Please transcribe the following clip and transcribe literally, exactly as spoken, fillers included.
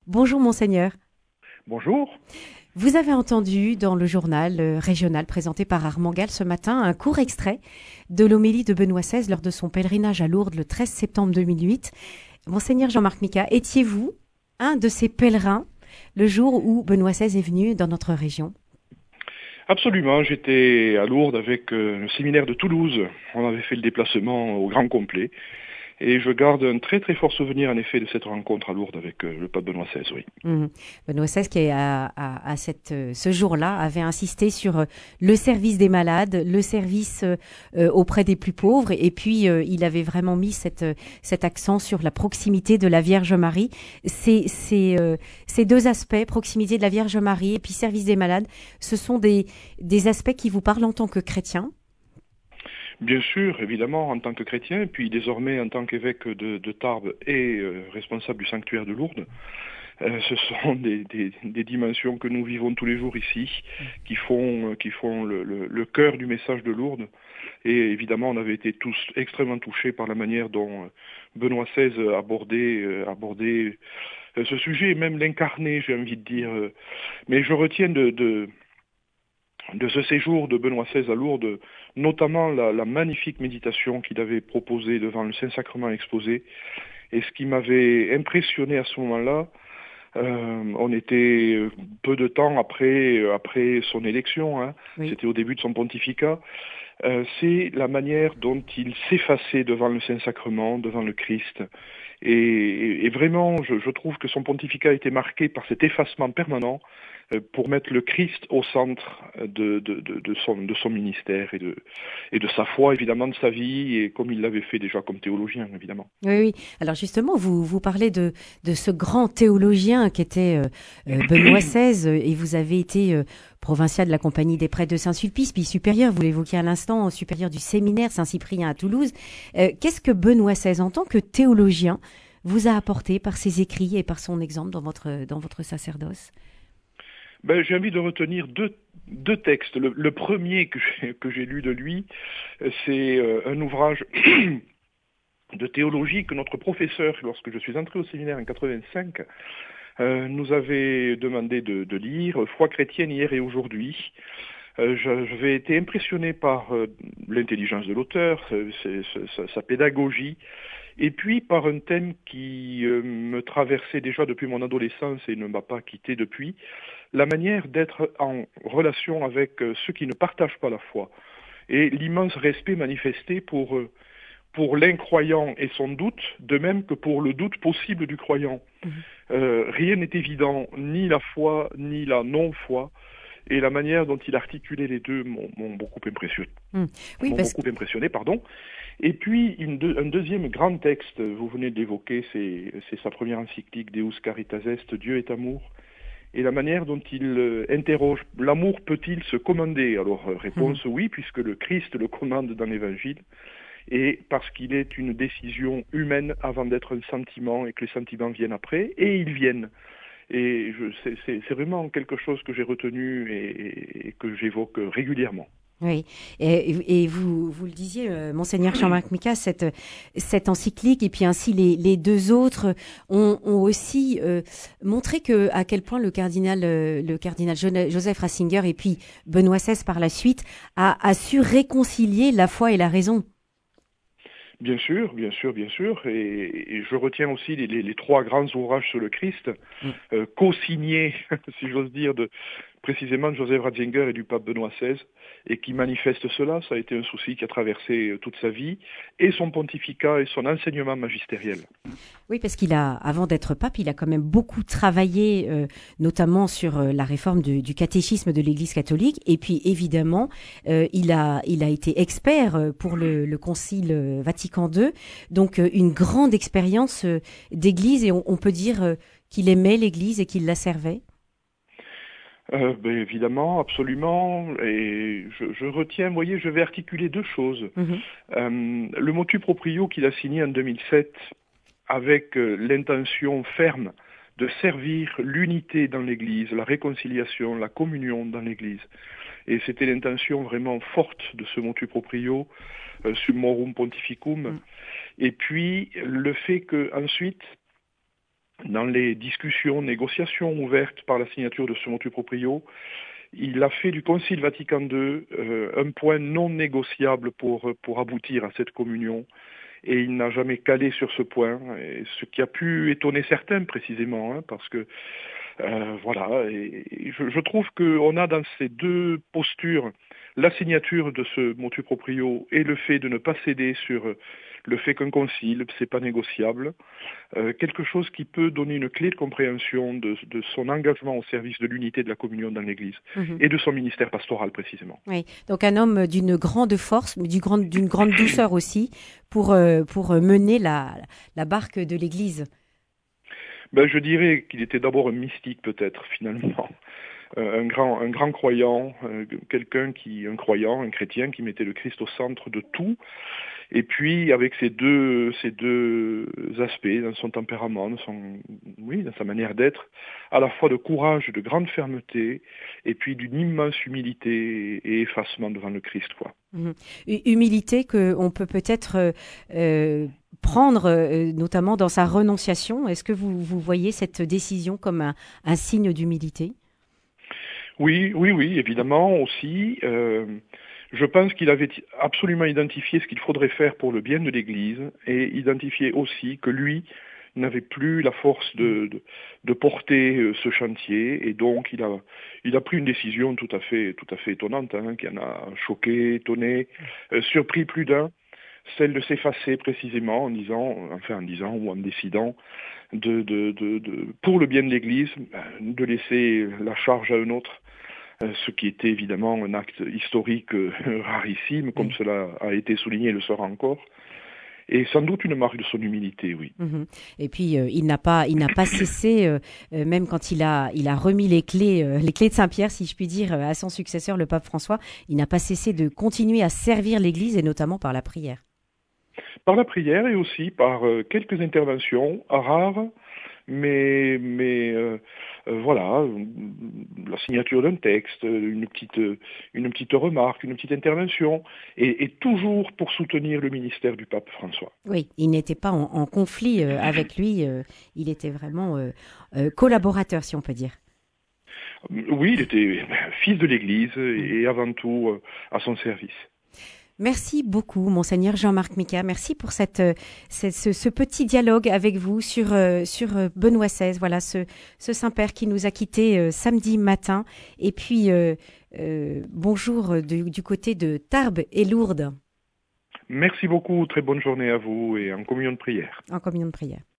Bonjour monseigneur. Bonjour. Vous avez entendu dans le journal euh, régional présenté par Armand Gall ce matin un court extrait de l'homélie de Benoît seize lors de son pèlerinage à Lourdes le treize septembre deux mille huit. Monseigneur Jean-Marc Micas, étiez-vous un de ces pèlerins le jour où Benoît seize est venu dans notre région? Absolument, j'étais à Lourdes avec euh, le séminaire de Toulouse. On avait fait le déplacement au grand complet. Et je garde un très très fort souvenir en effet de cette rencontre à Lourdes avec euh, le pape Benoît seize, oui. Mmh. Benoît seize qui à, à, à cette, euh, ce jour-là avait insisté sur euh, le service des malades, le service euh, euh, auprès des plus pauvres, et puis euh, il avait vraiment mis cette, euh, cet accent sur la proximité de la Vierge Marie. Ces, ces, euh, ces deux aspects, proximité de la Vierge Marie et puis service des malades, ce sont des, des aspects qui vous parlent en tant que chrétien? Bien sûr, évidemment, en tant que chrétien, puis désormais en tant qu'évêque de, de Tarbes et euh, responsable du sanctuaire de Lourdes. Euh, ce sont des, des, des dimensions que nous vivons tous les jours ici, qui font, qui font le, le, le cœur du message de Lourdes. Et évidemment, on avait été tous extrêmement touchés par la manière dont Benoît seize abordait, euh, abordait euh, ce sujet, et même l'incarnait, j'ai envie de dire. Mais je retiens de, de, de ce séjour de Benoît seize à Lourdes, notamment la, la magnifique méditation qu'il avait proposée devant le Saint-Sacrement exposé. Et ce qui m'avait impressionné à ce moment-là, Euh, on était peu de temps après, après son élection, hein. Oui. C'était au début de son pontificat. Euh, c'est la manière dont il s'effaçait devant le Saint-Sacrement, devant le Christ. Et, et, et vraiment, je, je trouve que son pontificat a été marqué par cet effacement permanent euh, pour mettre le Christ au centre de, de, de, de, son, de son ministère et de, et de sa foi, évidemment, de sa vie, et comme il l'avait fait déjà comme théologien, évidemment. Oui, oui. Alors justement, vous, vous parlez de, de ce grand théologien qui était euh, euh, Benoît seize, et vous avez été euh, provincial de la Compagnie des prêtres de Saint-Sulpice, puis supérieur, vous l'évoquiez à l'instant, supérieur du séminaire Saint-Cyprien à Toulouse. Euh, qu'est-ce que Benoît seize, en tant que théologien, vous a apporté par ses écrits et par son exemple dans votre, dans votre sacerdoce? Ben, j'ai envie de retenir deux, deux textes. Le, le premier que j'ai, que j'ai lu de lui, c'est euh, un ouvrage de théologie que notre professeur, lorsque je suis entré au séminaire en quatre-vingt-cinq, euh, nous avait demandé de, de lire « Foi chrétienne hier et aujourd'hui ». Euh, j'avais été impressionné par euh, l'intelligence de l'auteur, c'est, c'est, sa, sa pédagogie, et puis par un thème qui euh, me traversait déjà depuis mon adolescence et ne m'a pas quitté depuis, la manière d'être en relation avec euh, ceux qui ne partagent pas la foi, et l'immense respect manifesté pour... Euh, pour l'incroyant et son doute, de même que pour le doute possible du croyant. Mmh. Euh, rien n'est évident, ni la foi, ni la non-foi, et la manière dont il articulait les deux m'ont, m'ont beaucoup impressionné. Mmh. Oui, m'ont beaucoup que... impressionné, pardon. Et puis, une de, un deuxième grand texte, vous venez de l'évoquer, c'est, c'est sa première encyclique, Deus Caritas Est, Dieu est amour, et la manière dont il euh, interroge, l'amour peut-il se commander? Alors, euh, réponse mmh. oui, puisque le Christ le commande dans l'Évangile, et parce qu'il est une décision humaine avant d'être un sentiment et que les sentiments viennent après, et ils viennent. Et je, c'est, c'est, c'est vraiment quelque chose que j'ai retenu et, et que j'évoque régulièrement. Oui, et, et vous, vous le disiez, euh, Monseigneur Jean-Marc Micas, cette, cette encyclique et puis ainsi les, les deux autres ont, ont aussi euh, montré que à quel point le cardinal, euh, le cardinal Joseph Ratzinger et puis Benoît seize par la suite a, a su réconcilier la foi et la raison. Bien sûr, bien sûr, bien sûr. Et, et je retiens aussi les, les, les trois grands ouvrages sur le Christ, mm. euh, co-signés, si j'ose dire, de, précisément de Joseph Ratzinger et du pape Benoît seize, et qui manifestent cela. Ça a été un souci qui a traversé toute sa vie, et son pontificat et son enseignement magistériel. Oui, parce qu'il a, avant d'être pape, il a quand même beaucoup travaillé, euh, notamment sur euh, la réforme du, du catéchisme de l'Église catholique. Et puis, évidemment, euh, il a, il a été expert pour le, le Concile Vatican deux. Donc, euh, une grande expérience euh, d'Église. Et on, on peut dire euh, qu'il aimait l'Église et qu'il la servait. Euh, ben, évidemment, absolument. Et je, je retiens, vous voyez, je vais articuler deux choses. Mm-hmm. Euh, le motu proprio qu'il a signé en deux mille sept, avec euh, l'intention ferme de servir l'unité dans l'Église, la réconciliation, la communion dans l'Église. Et c'était l'intention vraiment forte de ce motu proprio, euh, Summorum Pontificum. Mm. Et puis, le fait que ensuite, dans les discussions, négociations ouvertes par la signature de ce motu proprio, il a fait du Concile Vatican deux euh, un point non négociable pour, pour aboutir à cette communion. Et il n'a jamais calé sur ce point, et ce qui a pu étonner certains précisément, hein, parce que euh, voilà, et, et je, je trouve qu'on a dans ces deux postures la signature de ce motu proprio et le fait de ne pas céder sur le fait qu'un concile, c'est pas négociable, euh, quelque chose qui peut donner une clé de compréhension de, de son engagement au service de l'unité de la communion dans l'Église Mhm. et de son ministère pastoral précisément. Oui, donc un homme d'une grande force, mais du grand- d'une grande douceur aussi, pour, euh, pour mener la, la barque de l'Église. Ben, je dirais qu'il était d'abord un mystique peut-être finalement. Euh, un grand, un grand croyant, euh, quelqu'un qui, un croyant, un chrétien qui mettait le Christ au centre de tout. Et puis avec ces deux, ces deux aspects, dans son tempérament, dans son, oui, dans sa manière d'être, à la fois de courage, de grande fermeté, et puis d'une immense humilité et effacement devant le Christ, quoi. Mhm. Hu- Humilité que on peut peut-être euh, euh, prendre, euh, notamment dans sa renonciation. Est-ce que vous, vous voyez cette décision comme un, un signe d'humilité? Oui, oui, oui, évidemment aussi. Euh, je pense qu'il avait absolument identifié ce qu'il faudrait faire pour le bien de l'Église et identifié aussi que lui n'avait plus la force de, de, de porter euh, ce chantier et donc il a, il a pris une décision tout à fait, tout à fait étonnante, hein, qui en a choqué, étonné, euh, surpris plus d'un, celle de s'effacer précisément en disant, enfin en disant ou en décidant de, de, de, de pour le bien de l'Église, de laisser la charge à un autre, euh, ce qui était évidemment un acte historique euh, rarissime, comme Oui. cela a été souligné et le sera encore, et sans doute une marque de son humilité, oui. Mhm. Et puis euh, il n'a pas, il n'a pas cessé, euh, euh, même quand il a, il a remis les clés, euh, les clés de Saint-Pierre, si je puis dire, euh, à son successeur, le pape François. Il n'a pas cessé de continuer à servir l'Église et notamment par la prière. Par la prière et aussi par euh, quelques interventions rares, mais, mais euh, euh, voilà, euh, la signature d'un texte, une petite, une petite remarque, une petite intervention, et, et toujours pour soutenir le ministère du pape François. Oui, il n'était pas en, en conflit euh, avec lui. Euh, il était vraiment euh, euh, collaborateur, si on peut dire. Oui, il était fils de l'Église Mm. et avant tout euh, à son service. Merci beaucoup, Monseigneur Jean-Marc Micas. Merci pour cette, euh, cette- ce, ce petit dialogue avec vous sur, euh, sur euh, Benoît seize. Voilà, ce, ce Saint-Père qui nous a quittés euh, samedi matin. Et puis, euh, euh, bonjour euh, du, du côté de Tarbes et Lourdes, Merci beaucoup, très bonne journée à vous et en communion de prière. en communion de prière.